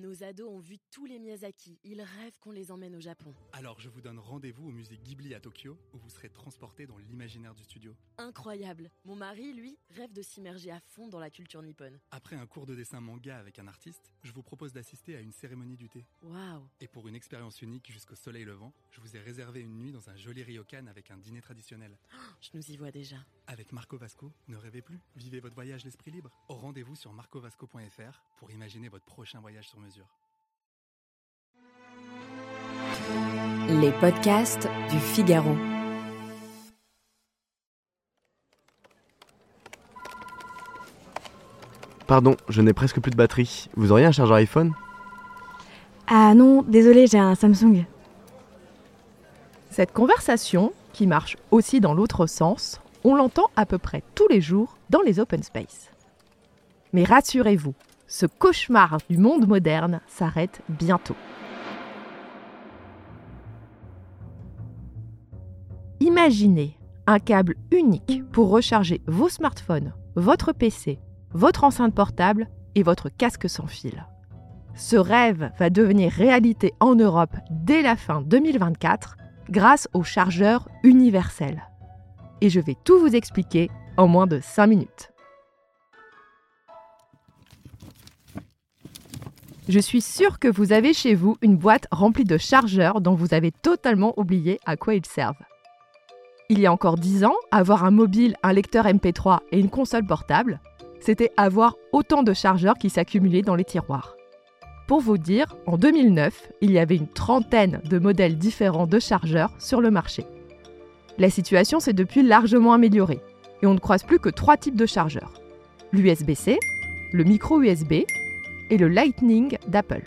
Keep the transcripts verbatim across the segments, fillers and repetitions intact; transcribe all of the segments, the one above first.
Nos ados ont vu tous les Miyazaki. Ils rêvent qu'on les emmène au Japon. Alors je vous donne rendez-vous au musée Ghibli à Tokyo, où vous serez transportés dans l'imaginaire du studio. Incroyable. Mon mari, lui, rêve de s'immerger à fond dans la culture nippone. Après un cours de dessin manga avec un artiste, je vous propose d'assister à une cérémonie du thé. Waouh. Et pour une expérience unique jusqu'au soleil levant, je vous ai réservé une nuit dans un joli ryokan avec un dîner traditionnel. Oh, je nous y vois déjà. Avec Marco Vasco, ne rêvez plus, vivez votre voyage l'esprit libre. Au rendez-vous sur marco vasco point f r pour imaginer votre prochain voyage sur mesure. Les podcasts du Figaro. Pardon, je n'ai presque plus de batterie. Vous auriez un chargeur iPhone ? Ah non, désolé, j'ai un Samsung. Cette conversation, qui marche aussi dans l'autre sens, on l'entend à peu près tous les jours dans les open space. Mais rassurez-vous, ce cauchemar du monde moderne s'arrête bientôt. Imaginez un câble unique pour recharger vos smartphones, votre P C, votre enceinte portable et votre casque sans fil. Ce rêve va devenir réalité en Europe dès la fin deux mille vingt-quatre grâce au chargeur universel. Et je vais tout vous expliquer en moins de cinq minutes. Je suis sûre que vous avez chez vous une boîte remplie de chargeurs dont vous avez totalement oublié à quoi ils servent. Il y a encore dix ans, avoir un mobile, un lecteur M P trois et une console portable, c'était avoir autant de chargeurs qui s'accumulaient dans les tiroirs. Pour vous dire, en deux mille neuf, il y avait une trentaine de modèles différents de chargeurs sur le marché. La situation s'est depuis largement améliorée et on ne croise plus que trois types de chargeurs. L'U S B C, le micro U S B et le Lightning d'Apple.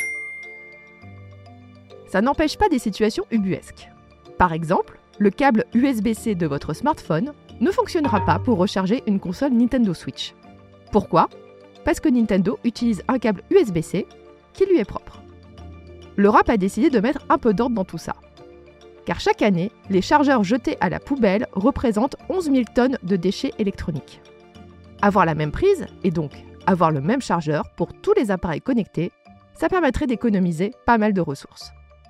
Ça n'empêche pas des situations ubuesques. Par exemple, le câble U S B C de votre smartphone ne fonctionnera pas pour recharger une console Nintendo Switch. Pourquoi ? Parce que Nintendo utilise un câble U S B C qui lui est propre. L'Europe a décidé de mettre un peu d'ordre dans tout ça. Car chaque année, les chargeurs jetés à la poubelle représentent onze mille tonnes de déchets électroniques. Avoir la même prise, et donc avoir le même chargeur pour tous les appareils connectés, ça permettrait d'économiser pas mal de ressources.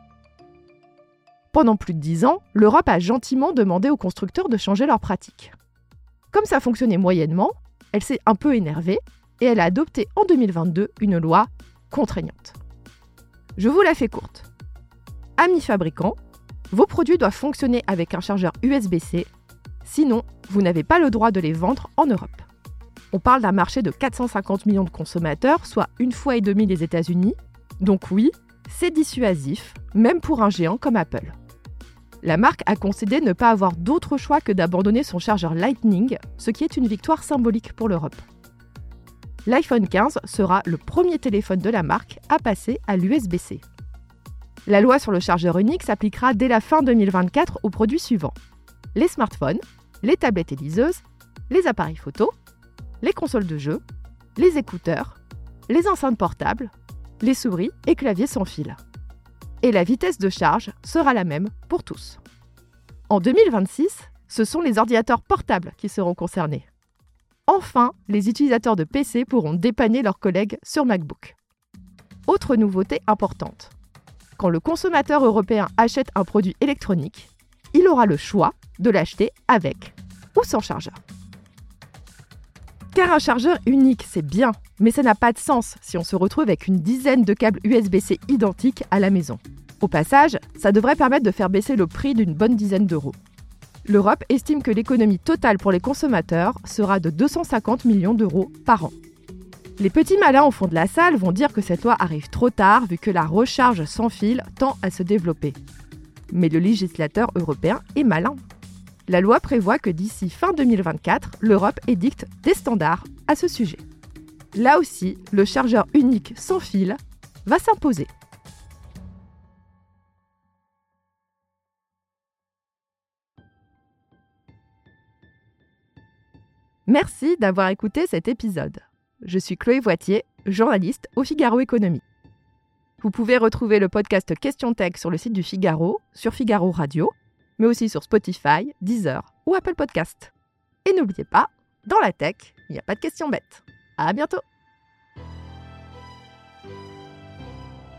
Pendant plus de dix ans, l'Europe a gentiment demandé aux constructeurs de changer leurs pratiques. Comme ça fonctionnait moyennement, elle s'est un peu énervée et elle a adopté en deux mille vingt-deux une loi contraignante. Je vous la fais courte. Amis fabricants, vos produits doivent fonctionner avec un chargeur U S B C, sinon vous n'avez pas le droit de les vendre en Europe. On parle d'un marché de quatre cent cinquante millions de consommateurs, soit une fois et demie les États-Unis, donc oui, c'est dissuasif, même pour un géant comme Apple. La marque a concédé ne pas avoir d'autre choix que d'abandonner son chargeur Lightning, ce qui est une victoire symbolique pour l'Europe. L'iPhone quinze sera le premier téléphone de la marque à passer à l'U S B C. La loi sur le chargeur unique s'appliquera dès la fin deux mille vingt-quatre aux produits suivants. Les smartphones, les tablettes et liseuses, les appareils photo, les consoles de jeux, les écouteurs, les enceintes portables, les souris et claviers sans fil. Et la vitesse de charge sera la même pour tous. En deux mille vingt-six, ce sont les ordinateurs portables qui seront concernés. Enfin, les utilisateurs de P C pourront dépanner leurs collègues sur MacBook. Autre nouveauté importante. Quand le consommateur européen achète un produit électronique, il aura le choix de l'acheter avec ou sans chargeur. Car un chargeur unique, c'est bien, mais ça n'a pas de sens si on se retrouve avec une dizaine de câbles U S B C identiques à la maison. Au passage, ça devrait permettre de faire baisser le prix d'une bonne dizaine d'euros. L'Europe estime que l'économie totale pour les consommateurs sera de deux cent cinquante millions d'euros par an. Les petits malins au fond de la salle vont dire que cette loi arrive trop tard vu que la recharge sans fil tend à se développer. Mais le législateur européen est malin. La loi prévoit que d'ici fin deux mille vingt-quatre, l'Europe édicte des standards à ce sujet. Là aussi, le chargeur unique sans fil va s'imposer. Merci d'avoir écouté cet épisode. Je suis Chloé Voitier, journaliste au Figaro Économie. Vous pouvez retrouver le podcast Question Tech sur le site du Figaro, sur Figaro Radio, mais aussi sur Spotify, Deezer ou Apple Podcast. Et n'oubliez pas, dans la tech, il n'y a pas de questions bêtes. À bientôt!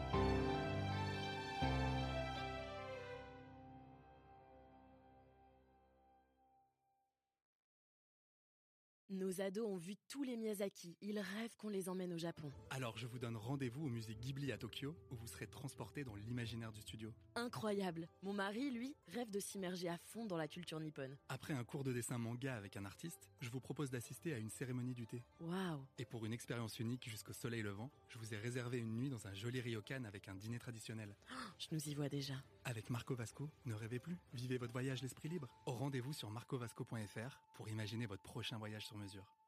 Nos ados ont vu tous les Miyazaki. Ils rêvent qu'on les emmène au Japon. Alors je vous donne rendez-vous au musée Ghibli à Tokyo, où vous serez transporté dans l'imaginaire du studio. Incroyable. Mon mari, lui, rêve de s'immerger à fond dans la culture nippone. Après un cours de dessin manga avec un artiste, je vous propose d'assister à une cérémonie du thé. Waouh. Et pour une expérience unique jusqu'au soleil levant, je vous ai réservé une nuit dans un joli ryokan avec un dîner traditionnel. Je nous y vois déjà. Avec Marco Vasco, ne rêvez plus, vivez votre voyage l'esprit libre. Au rendez-vous sur marco vasco point f r pour imaginer votre prochain voyage sur mesure.